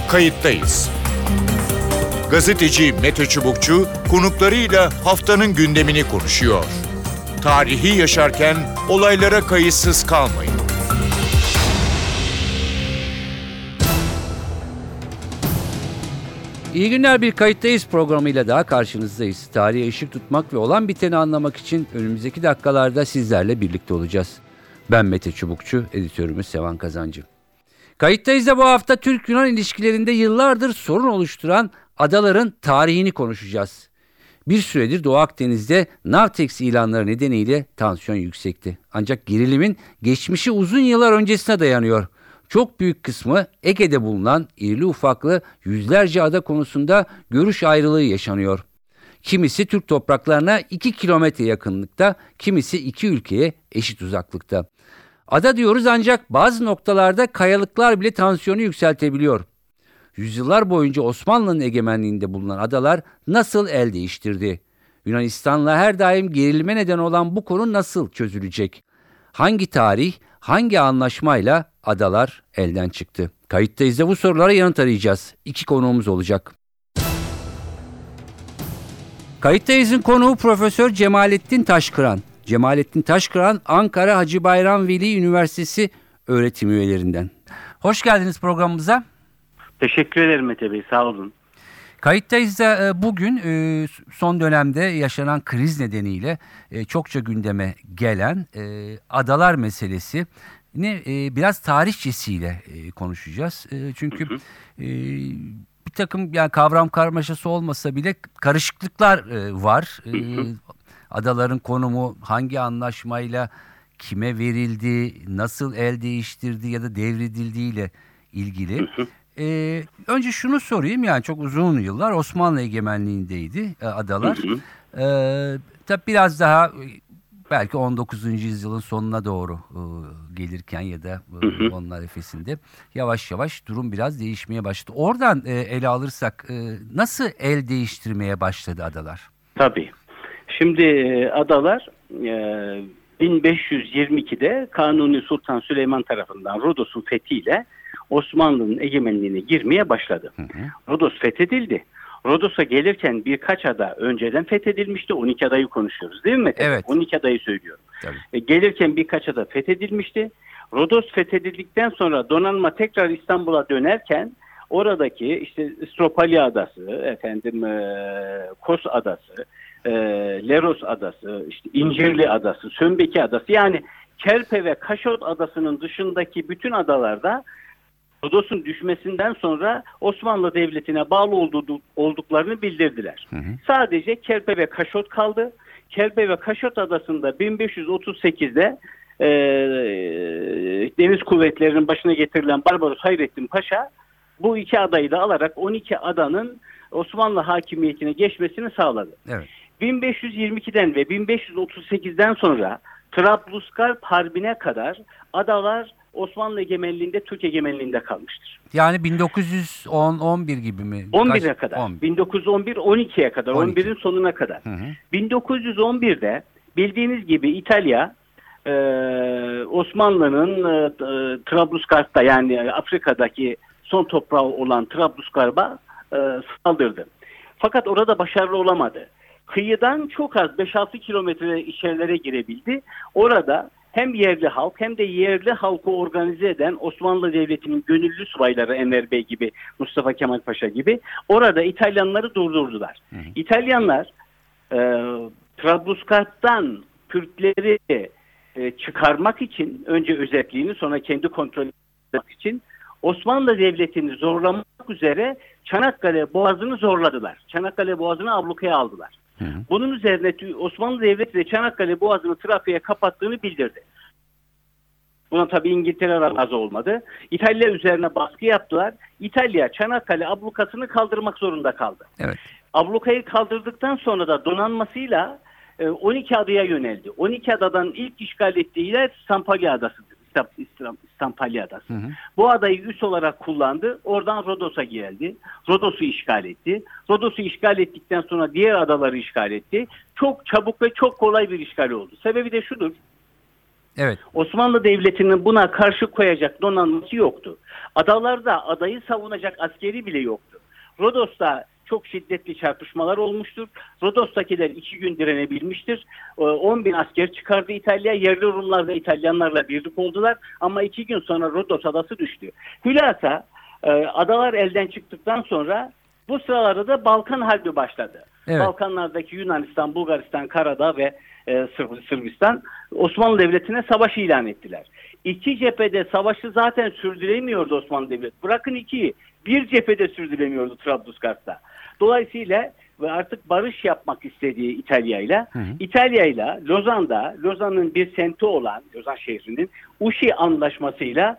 Kayıttayız. Gazeteci Mete Çubukçu konuklarıyla haftanın gündemini konuşuyor. Tarihi yaşarken olaylara kayıtsız kalmayın. İyi günler, bir Kayıttayız programıyla daha karşınızdayız. Tarihe ışık tutmak ve olan biteni anlamak için önümüzdeki dakikalarda sizlerle birlikte olacağız. Ben Mete Çubukçu, editörümüz Sevan Kazancı. Kayıttayız'da bu hafta Türk-Yunan ilişkilerinde yıllardır sorun oluşturan adaların tarihini konuşacağız. Bir süredir Doğu Akdeniz'de Navtex ilanları nedeniyle tansiyon yüksekti. Ancak gerilimin geçmişi uzun yıllar öncesine dayanıyor. Çok büyük kısmı Ege'de bulunan irili ufaklı yüzlerce ada konusunda görüş ayrılığı yaşanıyor. Kimisi Türk topraklarına 2 kilometre yakınlıkta, kimisi iki ülkeye eşit uzaklıkta. Ada diyoruz ancak bazı noktalarda kayalıklar bile tansiyonu yükseltebiliyor. Yüzyıllar boyunca Osmanlı'nın egemenliğinde bulunan adalar nasıl el değiştirdi? Yunanistan'la her daim gerilime neden olan bu konu nasıl çözülecek? Hangi tarih, hangi anlaşmayla adalar elden çıktı? Kayıttayız da bu sorulara yanıt arayacağız. 2 konuğumuz olacak. Kayıttayız'ın konuğu Profesör Cemalettin Taşkıran. Cemalettin Taşkıran, Ankara Hacı Bayram Veli Üniversitesi öğretim üyelerinden. Hoş geldiniz programımıza. Teşekkür ederim Mete Bey, sağ olun. Kayıttayız da bugün son dönemde yaşanan kriz nedeniyle çokça gündeme gelen adalar meselesi biraz tarihçesiyle konuşacağız. Çünkü bir takım yani kavram karmaşası olmasa bile karışıklıklar var. Adaların konumu hangi anlaşmayla kime verildi, nasıl el değiştirdi ya da devredildiğiyle ilgili. Önce şunu sorayım, yani çok uzun yıllar Osmanlı egemenliğindeydi adalar. Tabii biraz daha belki 19. yüzyılın sonuna doğru gelirken ya da onlar efesinde yavaş yavaş durum biraz değişmeye başladı. Oradan ele alırsak nasıl el değiştirmeye başladı adalar? Tabii. Şimdi adalar 1522'de Kanuni Sultan Süleyman tarafından Rodos'un fethiyle Osmanlı'nın egemenliğine girmeye başladı. Rodos fethedildi. Rodos'a gelirken birkaç ada önceden fethedilmişti. 12 adayı konuşuyoruz değil mi? Evet. 12 adayı söylüyorum. Gelirken birkaç ada fethedilmişti. Rodos fethedildikten sonra donanma tekrar İstanbul'a dönerken oradaki işte Stropalya Adası, Kos Adası, Leros Adası, işte İncirli Adası, Sömbeki Adası, yani Kerpe ve Kaşot Adası'nın dışındaki bütün adalarda Rodos'un düşmesinden sonra Osmanlı Devleti'ne bağlı olduklarını bildirdiler. Sadece Kerpe ve Kaşot kaldı. Kerpe ve Kaşot Adası'nda 1538'de Deniz Kuvvetleri'nin başına getirilen Barbaros Hayrettin Paşa bu iki adayı da alarak 12 adanın Osmanlı hakimiyetine geçmesini sağladı. Evet. 1522'den ve 1538'den sonra Trablusgarp Harbi'ne kadar adalar Osmanlı egemenliğinde, Türk egemenliğinde kalmıştır. Yani 1910-11 gibi mi? 11'e kadar. 1911-12'ye kadar. 12. 11'in sonuna kadar. 1911'de bildiğiniz gibi İtalya Osmanlı'nın Trablusgarp'ta, yani Afrika'daki son toprağı olan Trablusgarp'a saldırdı. Fakat orada başarılı olamadı. Kıyıdan çok az 5-6 kilometre içerilere girebildi. Orada hem yerli halk hem de yerli halkı organize eden Osmanlı Devleti'nin gönüllü subayları, Enver Bey gibi, Mustafa Kemal Paşa gibi, orada İtalyanları durdurdular. İtalyanlar Trablusgarp'tan Türkleri çıkarmak için, önce özetliğini sonra kendi kontrolünü etmek için Osmanlı Devleti'ni zorlamak üzere Çanakkale Boğazı'nı zorladılar. Çanakkale Boğazı'nı ablukaya aldılar. Bunun üzerine Osmanlı Devleti de Çanakkale Boğazı'nı trafiğe kapattığını bildirdi. Buna tabii İngiltere razı olmadı. İtalya üzerine baskı yaptılar. İtalya Çanakkale ablukasını kaldırmak zorunda kaldı. Evet. Ablukayı kaldırdıktan sonra da donanmasıyla 12 adaya yöneldi. 12 adadan ilk işgal ettiği yer Stampalya Adası'dır. Stampalya Adası. Bu adayı üs olarak kullandı. Oradan Rodos'a geldi. Rodos'u işgal etti. Rodos'u işgal ettikten sonra diğer adaları işgal etti. Çok çabuk ve çok kolay bir işgal oldu. Sebebi de şudur. Evet. Osmanlı Devleti'nin buna karşı koyacak donanması yoktu. Adalarda adayı savunacak askeri bile yoktu. Rodos'ta çok şiddetli çarpışmalar olmuştur. Rodos'takiler 2 gün direnebilmiştir. 10 bin asker çıkardı İtalya. Yerli Rumlar da İtalyanlarla birlik oldular. Ama 2 gün sonra Rodos adası düştü. Hülasa adalar elden çıktıktan sonra bu sıralarda da Balkan Harbi başladı. Evet. Balkanlardaki Yunanistan, Bulgaristan, Karadağ ve Sırbistan Osmanlı Devleti'ne savaş ilan ettiler. İki cephede savaşı zaten sürdüremiyordu Osmanlı Devleti. Bırakın ikiyi, bir cephede sürdüremiyordu Trablusgarp'ta. Dolayısıyla ve artık barış yapmak istediği İtalya'yla Lozan'ın bir semti olan Lozan şehrinin Uşi anlaşmasıyla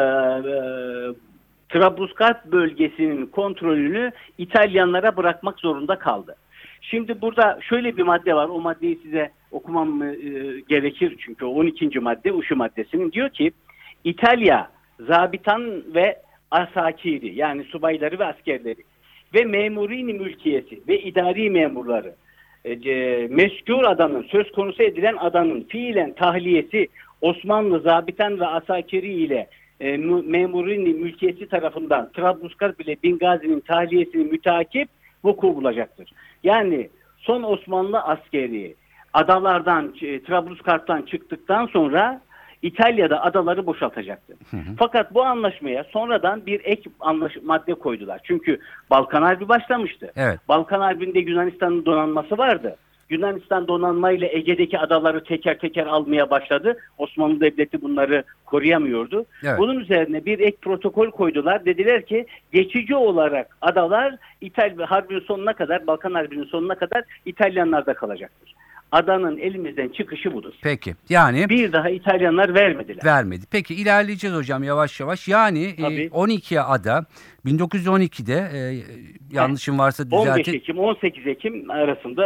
Trablusgarp bölgesinin kontrolünü İtalyanlara bırakmak zorunda kaldı. Şimdi burada şöyle bir madde var. O maddeyi size okumam gerekir çünkü 12. madde Uşi maddesinin diyor ki İtalya zabitan ve asakiri yani subayları ve askerleri ve memurini mülkiyesi ve idari memurları meskûr adanın söz konusu edilen adanın fiilen tahliyesi Osmanlı zabitan ve asakiri ile memurini mülkiyesi tarafından Trablusgarp ile Bingazi'nin tahliyesini müteakip vuku bulacaktır. Yani son Osmanlı askeri adalardan Trablusgarp'tan çıktıktan sonra İtalya'da adaları boşaltacaktı. Fakat bu anlaşmaya sonradan bir ek madde koydular. Çünkü Balkan Harbi başlamıştı. Evet. Balkan Harbi'nde Yunanistan'ın donanması vardı. Yunanistan donanmayla Ege'deki adaları teker teker almaya başladı. Osmanlı Devleti bunları koruyamıyordu. Evet. Bunun üzerine bir ek protokol koydular. Dediler ki geçici olarak adalar Harbinin sonuna kadar, Balkan Harbi'nin sonuna kadar İtalyanlarda kalacaktır. Adanın elimizden çıkışı budur. Peki. Yani bir daha İtalyanlar vermediler. Vermedi. Peki ilerleyeceğiz hocam yavaş yavaş. Yani 12 ada 1912'de yanlışım varsa düzeltin. 15 Ekim 18 Ekim arasında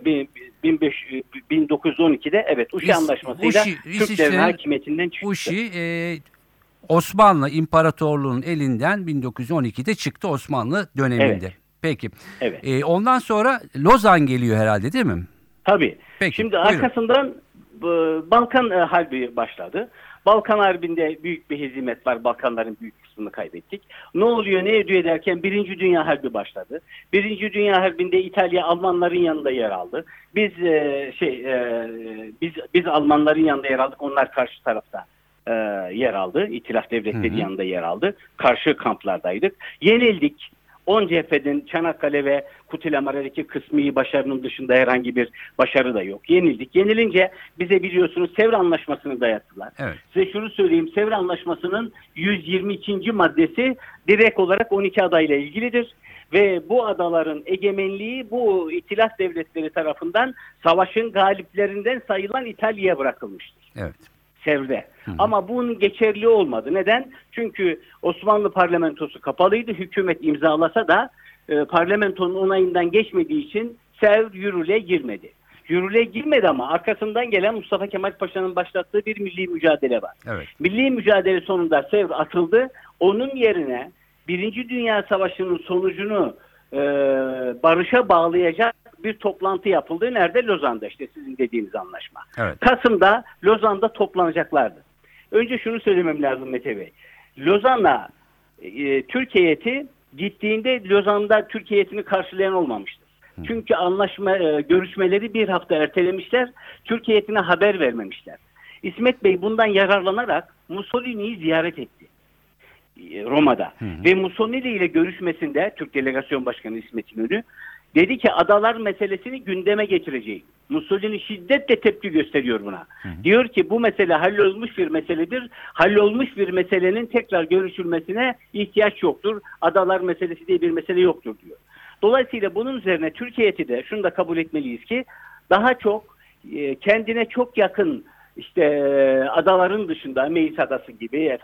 1912'de evet Uşi Anlaşması'yla Türklerin hakimiyetinden çıktı. Uşi Osmanlı İmparatorluğu'nun elinden 1912'de çıktı Osmanlı döneminde. Evet. Peki. Evet. Ondan sonra Lozan geliyor herhalde değil mi? Tabii. Peki, şimdi buyurun. Arkasından Balkan Harbi başladı. Balkan Harbi'nde büyük bir hezimet var. Balkanların büyük kısmını kaybettik. Ne oluyor ne ediyor derken Birinci Dünya Harbi başladı. Birinci Dünya Harbi'nde İtalya Almanların yanında yer aldı. Biz Almanların yanında yer aldık. Onlar karşı tarafta yer aldı. İtilaf devletleri yanında yer aldı. Karşı kamplardaydık. Yenildik. 10 cepheden Çanakkale ve Kutulamare'deki kısmi başarının dışında herhangi bir başarı da yok. Yenildik. Yenilince bize biliyorsunuz Sevr Anlaşması'nı dayattılar. Evet. Size şunu söyleyeyim. Sevr Anlaşması'nın 122. maddesi direkt olarak 12 adayla ilgilidir. Ve bu adaların egemenliği bu itilaf devletleri tarafından savaşın galiplerinden sayılan İtalya'ya bırakılmıştır. Evet. Sevr'de. Ama bunun geçerli olmadı. Neden? Çünkü Osmanlı parlamentosu kapalıydı. Hükümet imzalasa da parlamentonun onayından geçmediği için Sevr yürürlüğe girmedi. Yürürlüğe girmedi ama arkasından gelen Mustafa Kemal Paşa'nın başlattığı bir milli mücadele var. Evet. Milli mücadele sonunda Sevr atıldı. Onun yerine Birinci Dünya Savaşı'nın sonucunu barışa bağlayacak bir toplantı yapıldı. Nerede? Lozan'da işte sizin dediğiniz anlaşma. Evet. Kasım'da Lozan'da toplanacaklardı. Önce şunu söylemem lazım Mete Bey. Lozan'a Türk heyeti gittiğinde Lozan'da Türk heyetini karşılayan olmamıştır. Çünkü görüşmeleri bir hafta ertelemişler. Türk heyetine haber vermemişler. İsmet Bey bundan yararlanarak Mussolini'yi ziyaret etti. Roma'da. Ve Mussolini ile görüşmesinde Türk Delegasyon Başkanı İsmet İnönü dedi ki adalar meselesini gündeme getireceğim. Mussolini şiddetle tepki gösteriyor buna. Diyor ki bu mesele hallolmuş bir meseledir. Hallolmuş bir meselenin tekrar görüşülmesine ihtiyaç yoktur. Adalar meselesi diye bir mesele yoktur diyor. Dolayısıyla bunun üzerine Türkiye'yi de şunu da kabul etmeliyiz ki daha çok kendine çok yakın işte adaların dışında Meis Adası gibi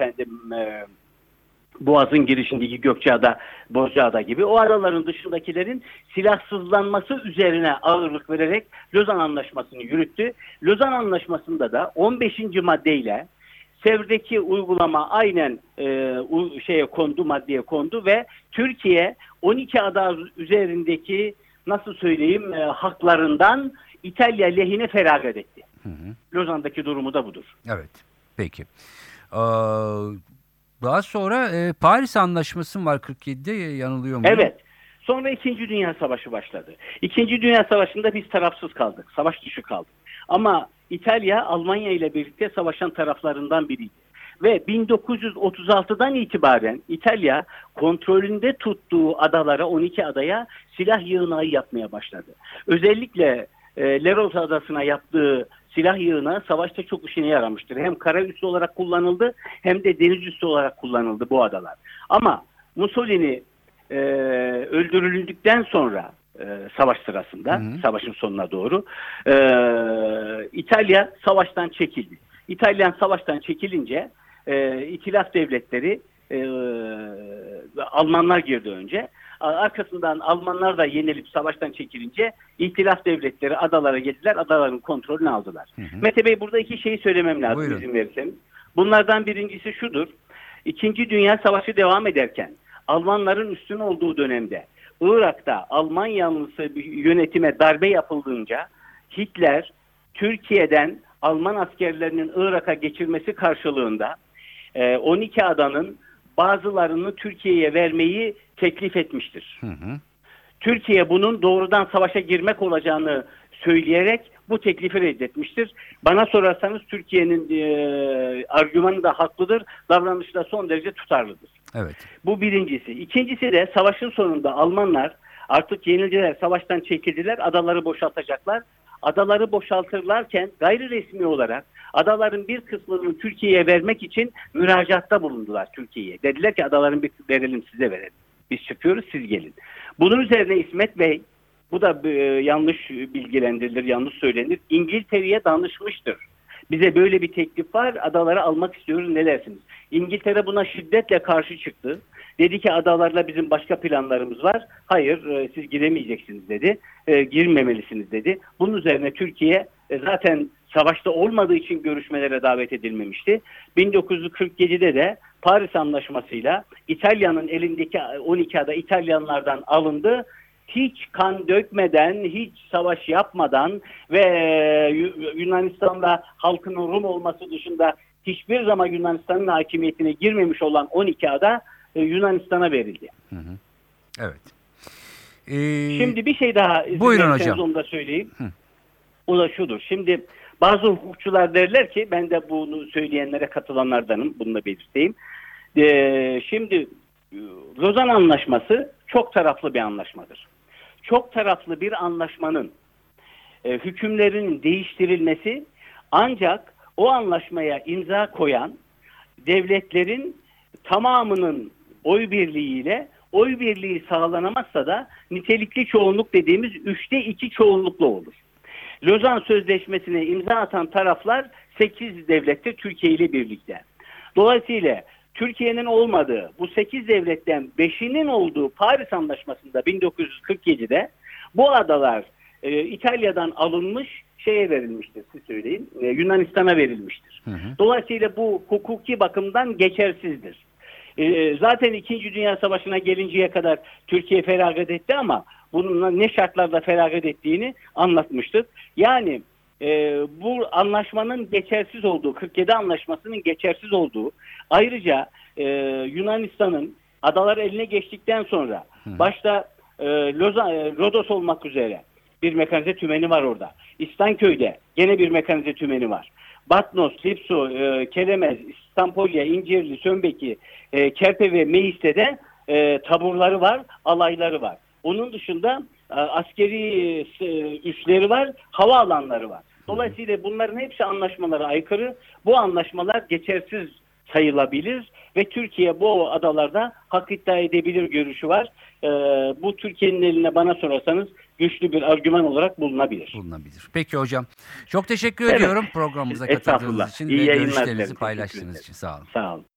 Boğaz'ın girişindeki Gökçeada, Bozcaada gibi o adaların dışındakilerin silahsızlanması üzerine ağırlık vererek Lozan Anlaşması'nı yürüttü. Lozan Anlaşması'nda da 15. maddeyle Sevr'deki uygulama aynen maddeye kondu ve Türkiye 12 ada üzerindeki haklarından İtalya lehine feragat etti. Lozan'daki durumu da budur. Evet. Peki. Ee, Daha sonra Paris Anlaşması var 47'de, yanılıyor muyum? Evet. Sonra 2. Dünya Savaşı başladı. 2. Dünya Savaşı'nda biz tarafsız kaldık. Savaş dışı kaldık. Ama İtalya, Almanya ile birlikte savaşan taraflarından biriydi. Ve 1936'dan itibaren İtalya kontrolünde tuttuğu adalara, 12 adaya silah yığınağı yapmaya başladı. Özellikle Leros Adası'na yaptığı silah yığınağı savaşta çok işine yaramıştır. Hem kara üssü olarak kullanıldı hem de deniz üssü olarak kullanıldı bu adalar. Ama Mussolini öldürüldükten sonra savaş sırasında, savaşın sonuna doğru İtalya savaştan çekildi. İtalyan savaştan çekilince İtilaf devletleri, Almanlar girdi önce. Arkasından Almanlar da yenilip savaştan çekilince İtilaf devletleri adalara geldiler, adaların kontrolünü aldılar. Mete Bey, burada iki şeyi söylemem lazım. Buyurun. İzin verirseniz. Bunlardan birincisi şudur. İkinci Dünya Savaşı devam ederken Almanların üstün olduğu dönemde Irak'ta Alman yanlısı bir yönetime darbe yapıldığınca Hitler Türkiye'den Alman askerlerinin Irak'a geçirmesi karşılığında 12 adanın bazılarını Türkiye'ye vermeyi teklif etmiştir. Türkiye bunun doğrudan savaşa girmek olacağını söyleyerek bu teklifi reddetmiştir. Bana sorarsanız Türkiye'nin argümanı da haklıdır, davranışı da son derece tutarlıdır. Evet. Bu birincisi. İkincisi de savaşın sonunda Almanlar artık yenildiler, savaştan çekildiler, adaları boşaltacaklar. Adaları boşaltırlarken gayri resmi olarak adaların bir kısmını Türkiye'ye vermek için müracaatta bulundular Türkiye'ye. Dediler ki adaların bir kısmını verelim, size verelim. Biz çıkıyoruz, siz gelin. Bunun üzerine İsmet Bey, bu da yanlış bilgilendirilir, yanlış söylenir, İngiltere'ye danışmıştır. Bize böyle bir teklif var, adaları almak istiyoruz, ne dersiniz? İngiltere buna şiddetle karşı çıktı. Dedi ki adalarla bizim başka planlarımız var. Hayır, siz giremeyeceksiniz dedi. Girmemelisiniz dedi. Bunun üzerine Türkiye zaten savaşta olmadığı için görüşmelere davet edilmemişti. 1947'de de Paris Anlaşması'yla İtalya'nın elindeki 12 ada İtalyanlardan alındı. Hiç kan dökmeden, hiç savaş yapmadan ve Yunanistan'da halkının Rum olması dışında hiçbir zaman Yunanistan'ın hakimiyetine girmemiş olan 12 ada Yunanistan'a verildi. Evet. Şimdi bir şey daha, buyurun hocam. Onu da söyleyeyim. O da şudur. Şimdi bazı hukukçular derler ki, ben de bunu söyleyenlere katılanlardanım, bunu da belirteyim. Şimdi Lozan Anlaşması çok taraflı bir anlaşmadır. Çok taraflı bir anlaşmanın hükümlerinin değiştirilmesi ancak o anlaşmaya imza koyan devletlerin tamamının oy birliğiyle, oy birliği sağlanamazsa da nitelikli çoğunluk dediğimiz 3'te 2 çoğunlukla olur. Lozan Sözleşmesi'ne imza atan taraflar 8 devlettir Türkiye ile birlikte. Dolayısıyla Türkiye'nin olmadığı, bu 8 devletten 5'inin olduğu Paris Anlaşması'nda 1947'de bu adalar İtalya'dan alınmış, şeye verilmiştir, siz söyleyin, Yunanistan'a verilmiştir. Dolayısıyla bu hukuki bakımdan geçersizdir. Zaten 2. Dünya Savaşı'na gelinceye kadar Türkiye feragat etti ama bununla ne şartlarda feragat ettiğini anlatmıştık. Yani bu anlaşmanın geçersiz olduğu, 47 Anlaşması'nın geçersiz olduğu, ayrıca Yunanistan'ın adalar eline geçtikten sonra başta Rodos olmak üzere bir mekanize tümeni var orada. İstanköy'de gene bir mekanize tümeni var. Batnos, Lipso, Kelemez, İstampolya, İncirli, Sömbeki, Kerpe ve Meis'te de taburları var, alayları var. Onun dışında askeri üsleri var, hava alanları var. Dolayısıyla bunların hepsi anlaşmalara aykırı. Bu anlaşmalar geçersiz sayılabilir ve Türkiye bu adalarda hak iddia edebilir görüşü var. Bu Türkiye'nin eline, bana sorarsanız, güçlü bir argüman olarak bulunabilir. Peki hocam. Çok teşekkür ediyorum programımıza katıldığınız için ve görüşlerinizi paylaştığınız için. Sağ olun. Sağ olun.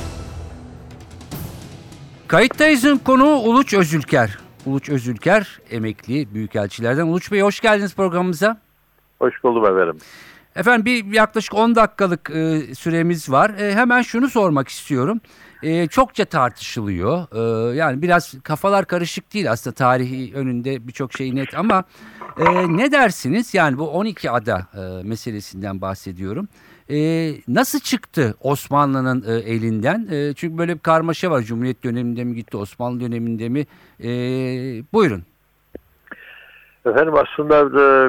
Kayıttayız'ın konuğu Uluç Özülker. Uluç Özülker, emekli büyükelçilerden. Uluç Bey, hoş geldiniz programımıza. Hoş buldum efendim. Efendim, yaklaşık 10 dakikalık süremiz var. Hemen şunu sormak istiyorum. çokça tartışılıyor. Yani biraz kafalar karışık değil aslında, tarihi önünde birçok şey net ama ne dersiniz? Yani bu 12 ada meselesinden bahsediyorum. Nasıl çıktı Osmanlı'nın elinden? Çünkü böyle bir karmaşa var. Cumhuriyet döneminde mi gitti, Osmanlı döneminde mi? Buyurun. Efendim aslında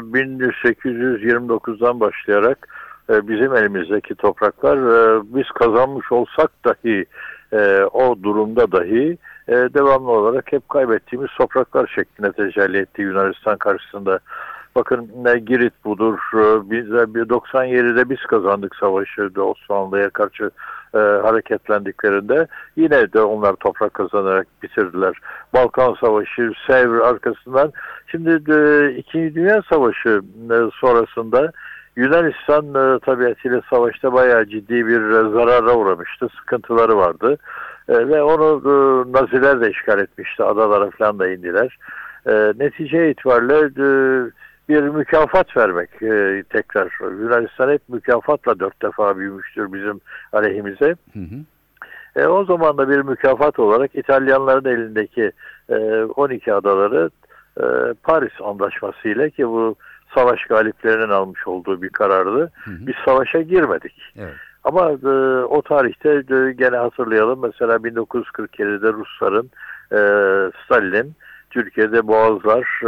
1829'dan başlayarak bizim elimizdeki topraklar biz kazanmış olsak dahi o durumda dahi devamlı olarak hep kaybettiğimiz topraklar şeklinde tecelli etti Yunanistan karşısında. Bakın Girit budur. Biz 97'de biz kazandık savaşı Osmanlı'ya karşı hareketlendiklerinde. Yine de onlar toprak kazanarak bitirdiler. Balkan Savaşı, Sevr arkasından. Şimdi 2. Dünya Savaşı sonrasında Yunanistan tabiatıyla savaşta bayağı ciddi bir zarara uğramıştı. Sıkıntıları vardı. Ve onu Naziler de işgal etmişti. Adalara falan da indiler. Netice itibariyle bir mükafat vermek tekrar. Yunanistan hep mükafatla 4 defa büyümüştür bizim aleyhimize. Hı hı. O zaman da bir mükafat olarak İtalyanların elindeki 12 adaları Paris Antlaşması ile, ki bu savaş galiplerinin almış olduğu bir karardı. Hı hı. Biz savaşa girmedik. Evet. Ama o tarihte gene hatırlayalım. Mesela 1947'de Rusların, Stalin'in Türkiye'de Boğazlar,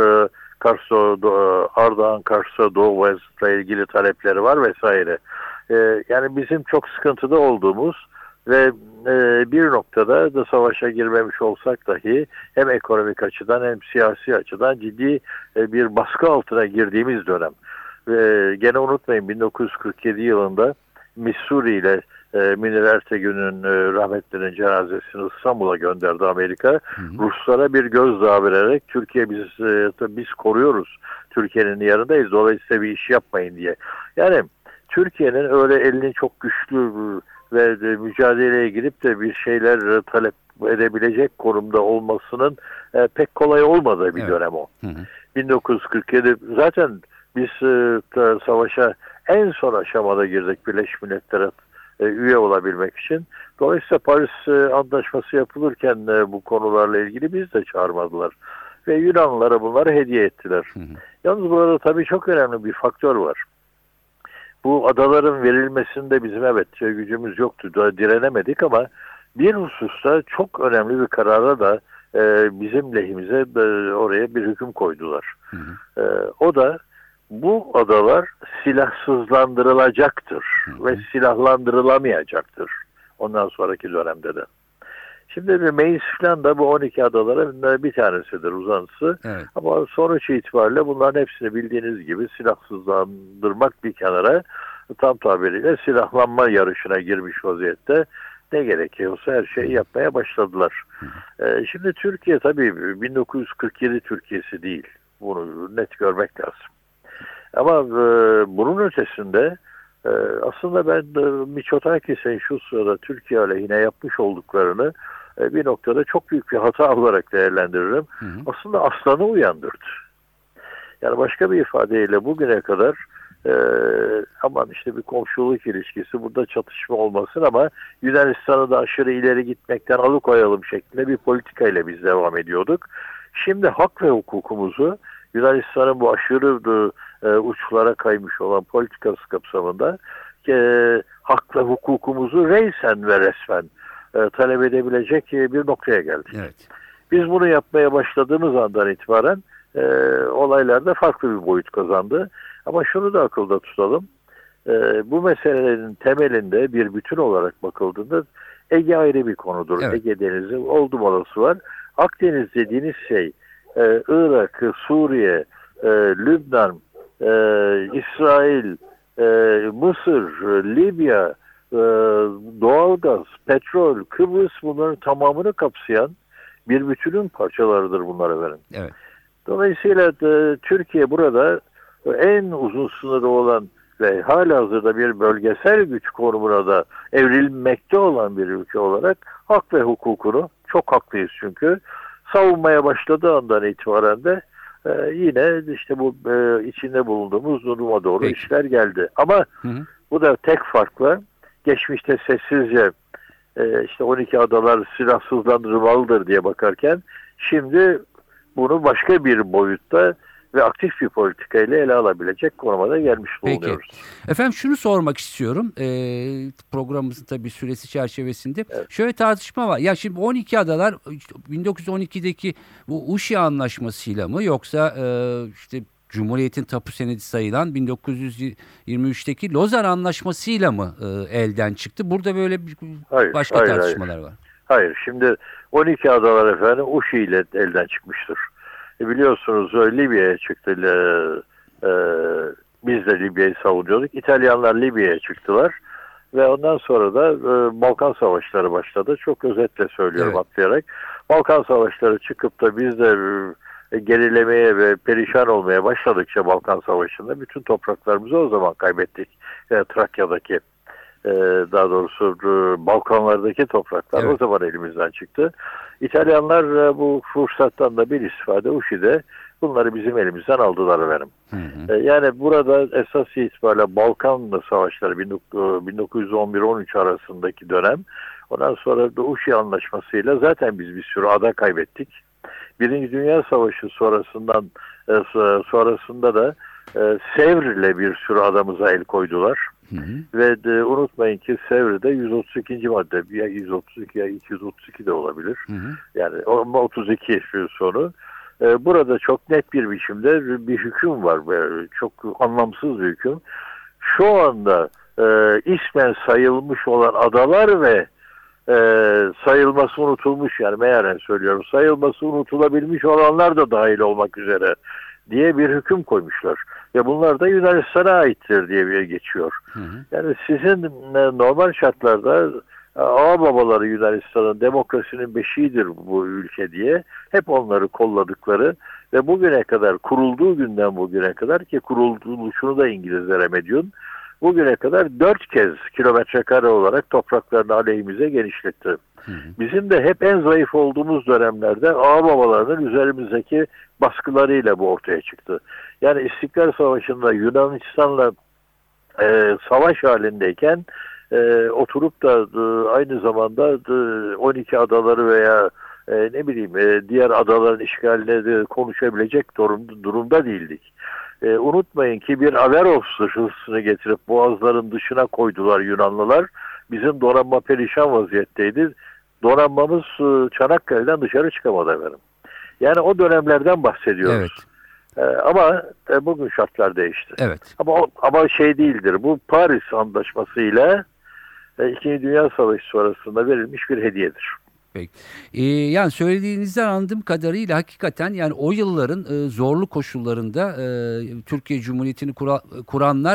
Ardahan, Kars'a, Doğu Boğaz'la ilgili talepleri var vesaire. Yani bizim çok sıkıntıda olduğumuz ve bir noktada da savaşa girmemiş olsak dahi hem ekonomik açıdan hem siyasi açıdan ciddi bir baskı altına girdiğimiz dönem. Gene unutmayın 1947 yılında Missouri ile Münir Ertegün'ün rahmetlerinin cenazesini İstanbul'a gönderdi Amerika. Hı hı. Ruslara bir gözdağı vererek Türkiye biz koruyoruz. Türkiye'nin yanındayız. Dolayısıyla bir iş yapmayın diye. Yani Türkiye'nin öyle elini çok güçlü ve mücadeleye girip de bir şeyler talep edebilecek konumda olmasının pek kolay olmadığı bir dönem o. Hı hı. 1947 zaten biz savaşa en son aşamada girdik Birleşmiş Milletler'e üye olabilmek için. Dolayısıyla Paris Antlaşması yapılırken bu konularla ilgili biz de çağırmadılar. Ve Yunanlılara bunları hediye ettiler. Hı hı. Yalnız burada tabii çok önemli bir faktör var. Bu adaların verilmesinde bizim gücümüz yoktu. Direnemedik ama bir hususta çok önemli bir karara da bizim lehimize oraya bir hüküm koydular. Hı hı. O da bu adalar silahsızlandırılacaktır ve silahlandırılamayacaktır ondan sonraki dönemde de. Şimdi Meis falan da bu 12 adaların bir tanesidir uzantısı. Evet. Ama sonuç itibariyle bunların hepsini bildiğiniz gibi silahsızlandırmak bir kenara, tam tabiriyle silahlanma yarışına girmiş vaziyette. Ne gerekiyorsa her şeyi yapmaya başladılar. Şimdi Türkiye tabii 1947 Türkiye'si değil. Bunu net görmek lazım. Ama bunun ötesinde aslında ben Mitsotakis'in şu sırada Türkiye aleyhine yapmış olduklarını bir noktada çok büyük bir hata olarak değerlendiririm. Hı hı. Aslında aslanı uyandırdı. Yani başka bir ifadeyle bugüne kadar aman işte bir komşuluk ilişkisi, burada çatışma olmasın ama Yunanistan'ı da aşırı ileri gitmekten alıkoyalım şeklinde bir politikayla biz devam ediyorduk. Şimdi hak ve hukukumuzu Yunanistan'ın bu aşırı uçlara kaymış olan politikası kapsamında hak ve hukukumuzu reysen ve resmen talep edebilecek bir noktaya geldik. Evet. Biz bunu yapmaya başladığımız andan itibaren olaylarda farklı bir boyut kazandı. Ama şunu da akılda tutalım. Bu meselelerin temelinde bir bütün olarak bakıldığında Ege ayrı bir konudur. Evet. Ege Denizi oldum olası var. Akdeniz dediğiniz şey Irak, Suriye, Lübnan, İsrail, Mısır, Libya, doğalgaz, petrol, Kıbrıs, bunların tamamını kapsayan bir bütünün parçalarıdır bunlar efendim. Evet. Dolayısıyla Türkiye burada en uzun sınırı olan ve halihazırda bir bölgesel güç konumuna da evrilmekte olan bir ülke olarak hak ve hukukunu, çok haklıyız çünkü, savunmaya başladığı andan itibaren de yine işte bu içinde bulunduğumuz duruma doğru işler geldi. Ama bu da tek farkla geçmişte sessizce işte 12 adalar silahsızlandırılmalıdır diye bakarken şimdi bunu başka bir boyutta ve aktif bir politikayla ele alabilecek konumda gelmiş bulunuyoruz. Peki. Efendim şunu sormak istiyorum. Programımızın tabii süresi çerçevesinde. Evet. Şöyle tartışma var. Ya şimdi 12 adalar 1912'deki bu Uşi Anlaşması'yla mı yoksa işte Cumhuriyet'in tapu senedi sayılan 1923'teki Lozan Anlaşması'yla mı elden çıktı? Burada böyle başka tartışmalar var. Hayır. Şimdi 12 adalar efendim Uşi ile elden çıkmıştır. Biliyorsunuz Libya'ya çıktı. Biz de Libya'yı savunuyorduk. İtalyanlar Libya'ya çıktılar. Ve ondan sonra da Balkan Savaşları başladı. Çok özetle söylüyorum, evet, atlayarak. Balkan Savaşları çıkıp da biz de gerilemeye ve perişan olmaya başladıkça Balkan Savaşı'nda bütün topraklarımızı o zaman kaybettik. Trakya'daki, daha doğrusu Balkanlardaki topraklar, evet, o zaman elimizden çıktı. İtalyanlar bu fırsattan da bir istifade Uşi'de bunları bizim elimizden aldılar efendim. Yani burada esas itibariyle Balkan Savaşları 1911-13 arasındaki dönem, ondan sonra da Uşi Anlaşması'yla zaten biz bir sürü ada kaybettik. Birinci Dünya Savaşı sonrasında da Sevr'le bir sürü adamıza el koydular. Ve unutmayın ki Sevr'de 132. madde, ya 132 ya 232 de olabilir. Yani 32 sonu. Burada çok net bir biçimde bir hüküm var. Çok anlamsız bir hüküm. Şu anda ismen sayılmış olan adalar ve sayılması unutulmuş, yani mealen söylüyorum, sayılması unutulabilmiş olanlar da dahil olmak üzere diye bir hüküm koymuşlar. Ve bunlar da Yunanistan'a aittir diye geçiyor. Yani sizin normal şartlarda ağababaları Yunanistan'ın demokrasinin beşiğidir bu ülke diye hep onları kolladıkları ve bugüne kadar, kurulduğu günden bugüne kadar, ki kuruluşunu da İngilizlere medyun, bugüne kadar 4 kez kilometre kare olarak topraklarını aleyhimize genişletti. Bizim de hep en zayıf olduğumuz dönemlerde ağababalarının üzerimizdeki baskılarıyla bu ortaya çıktı. Yani İstiklal Savaşı'nda Yunanistan'la savaş halindeyken oturup da aynı zamanda 12 adaları veya diğer adaların işgaline de konuşabilecek durumda değildik. Unutmayın ki bir Averos hırsını getirip boğazların dışına koydular Yunanlılar. Bizim donanma perişan vaziyetteydi. Donanmamız Çanakkale'den dışarı çıkamadı efendim. Yani o dönemlerden bahsediyoruz. Evet. Ama bugün şartlar değişti. Evet. Ama şey değildir. Bu Paris Antlaşması ile İkinci Dünya Savaşı sonrasında verilmiş bir hediyedir. Peki. Yani söylediğinizden anladığım kadarıyla hakikaten yani o yılların zorlu koşullarında Türkiye Cumhuriyeti'ni kuranlar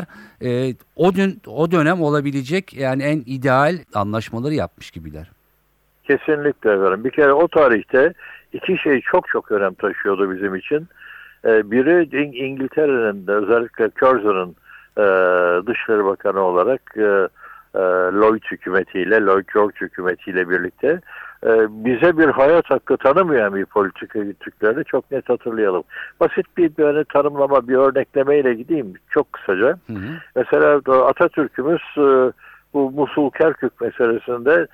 o dönem olabilecek yani en ideal anlaşmaları yapmış gibiler. Kesinlikle efendim. Bir kere o tarihte iki şey çok çok önem taşıyordu bizim için. Biri İngiltere'nin, özellikle Curzon'un Dışişleri Bakanı olarak Lloyd George hükümetiyle birlikte bize bir hayat hakkı tanımayan bir politika yürüttüklerini çok net hatırlayalım. Basit bir tanımlama, bir örneklemeyle gideyim çok kısaca. Mesela Atatürk'ümüz bu Musul-Kerkük meselesinde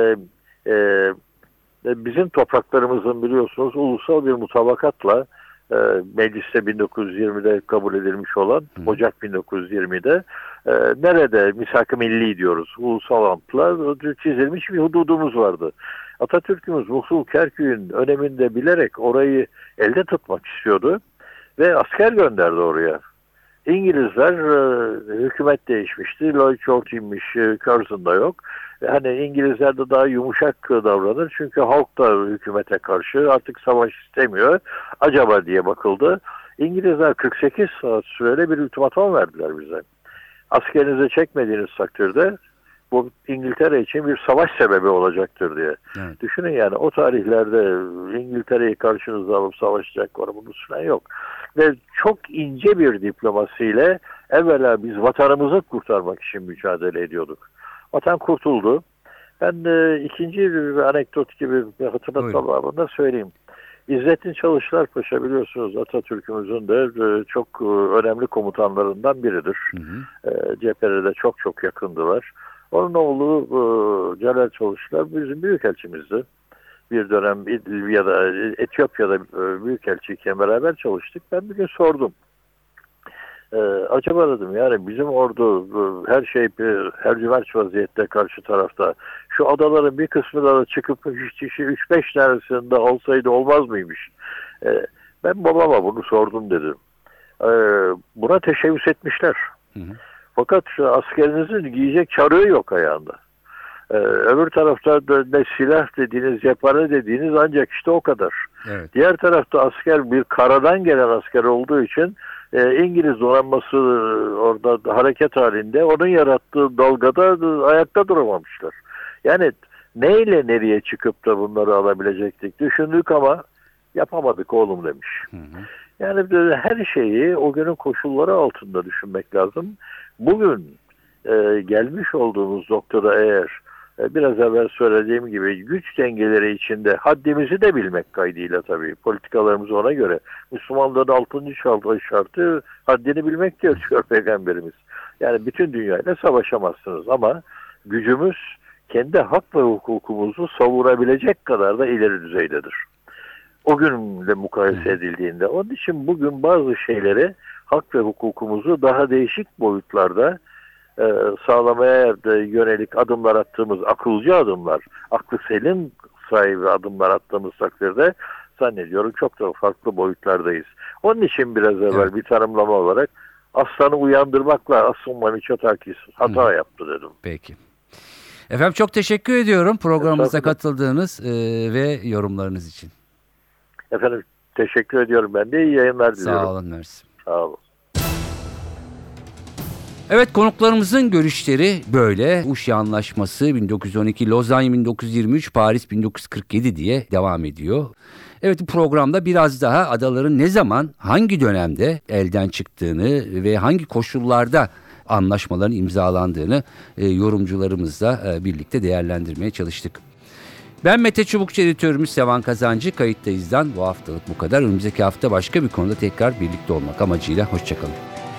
bizim topraklarımızın biliyorsunuz ulusal bir mutabakatla mecliste 1920'de kabul edilmiş olan Ocak 1920'de nerede misak-ı milli diyoruz, ulusal antla çizilmiş bir hududumuz vardı. Atatürk'ümüz Musul Kerkük'ün öneminde bilerek orayı elde tutmak istiyordu ve asker gönderdi oraya. İngilizler, hükümet değişmişti. Lloyd George'ymiş, Curzon'da yok. Hani İngilizler de daha yumuşak davranır. Çünkü halk da hükümete karşı artık savaş istemiyor. Acaba diye bakıldı. İngilizler 48 saat süreyle bir ultimatom verdiler bize. Askerinize çekmediğiniz takdirde bu İngiltere için bir savaş sebebi olacaktır diye. Evet. Düşünün yani o tarihlerde İngiltere'yi karşınıza alıp savaşacak konumuz falan yok. Ve çok ince bir diplomasiyle evvela biz vatanımızı kurtarmak için mücadele ediyorduk. Vatan kurtuldu. Ben ikinci bir anekdot gibi hatırlatma babında söyleyeyim. İzzettin Çalışlar Paşa biliyorsunuz Atatürk'ümüzün de çok önemli komutanlarından biridir. Cephelere de çok çok yakındılar. Onun oğlu Celal Çavuşlar bizim büyükelçimizdi. Bir dönem İdlib'de, Etiyopya'da büyükelçiyken beraber çalıştık. Ben bir gün sordum. Acaba dedim, yani bizim ordu her şey hercümerç vaziyette karşı tarafta. Şu adaların bir kısmı da çıkıp 3-5 tanesinde olsaydı olmaz mıymış? Ben babama bunu sordum dedim. Buna teşebbüs etmişler. Hı hı. Fakat şu askerinizin giyecek çarığı yok ayağında. Öbür tarafta ne silah dediğiniz, cephane dediğiniz ancak işte o kadar. Evet. Diğer tarafta asker bir karadan gelen asker olduğu için İngiliz donanması orada hareket halinde, onun yarattığı dalgada ayakta duramamışlar. Yani neyle nereye çıkıp da bunları alabilecektik düşündük ama yapamadık oğlum demiş. Hı hı. Yani her şeyi o günün koşulları altında düşünmek lazım. Bugün gelmiş olduğumuz noktada eğer biraz evvel söylediğim gibi güç dengeleri içinde haddimizi de bilmek kaydıyla tabii politikalarımızı ona göre. Müslümanların 6. şartı haddini bilmek diyor Peygamberimiz. Yani bütün dünyayla savaşamazsınız ama gücümüz kendi hak ve hukukumuzu savurabilecek kadar da ileri düzeydedir. O günle mukayese edildiğinde. Onun için bugün bazı şeyleri, hak ve hukukumuzu daha değişik boyutlarda sağlamaya yönelik adımlar attığımız, akılcı adımlar, aklı selim sahibi adımlar attığımız takdirde zannediyorum çok da farklı boyutlardayız. Onun için biraz evvel bir tanımlama olarak aslanı uyandırmakla Aslan Miçotakis hata yaptı dedim. Peki. Efendim çok teşekkür ediyorum programımıza katıldığınız ve yorumlarınız için. Efendim teşekkür ediyorum, ben de iyi yayınlar diliyorum. Sağ olun, mersi. Sağ olun. Evet, konuklarımızın görüşleri böyle. Uşya Anlaşması 1912, Lozan 1923, Paris 1947 diye devam ediyor. Evet, bu programda biraz daha adaların ne zaman, hangi dönemde elden çıktığını ve hangi koşullarda anlaşmaların imzalandığını yorumcularımızla birlikte değerlendirmeye çalıştık. Ben Mete Çubukçu, editörümüz Sevan Kazancı. Kayıttayız'dan bu haftalık bu kadar. Önümüzdeki hafta başka bir konuda tekrar birlikte olmak amacıyla hoşçakalın.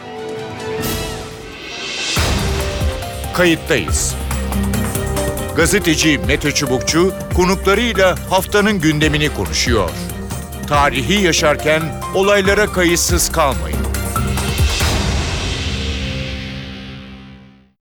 Kayıttayız. Gazeteci Mete Çubukçu konuklarıyla haftanın gündemini konuşuyor. Tarihi yaşarken olaylara kayıtsız kalmayın.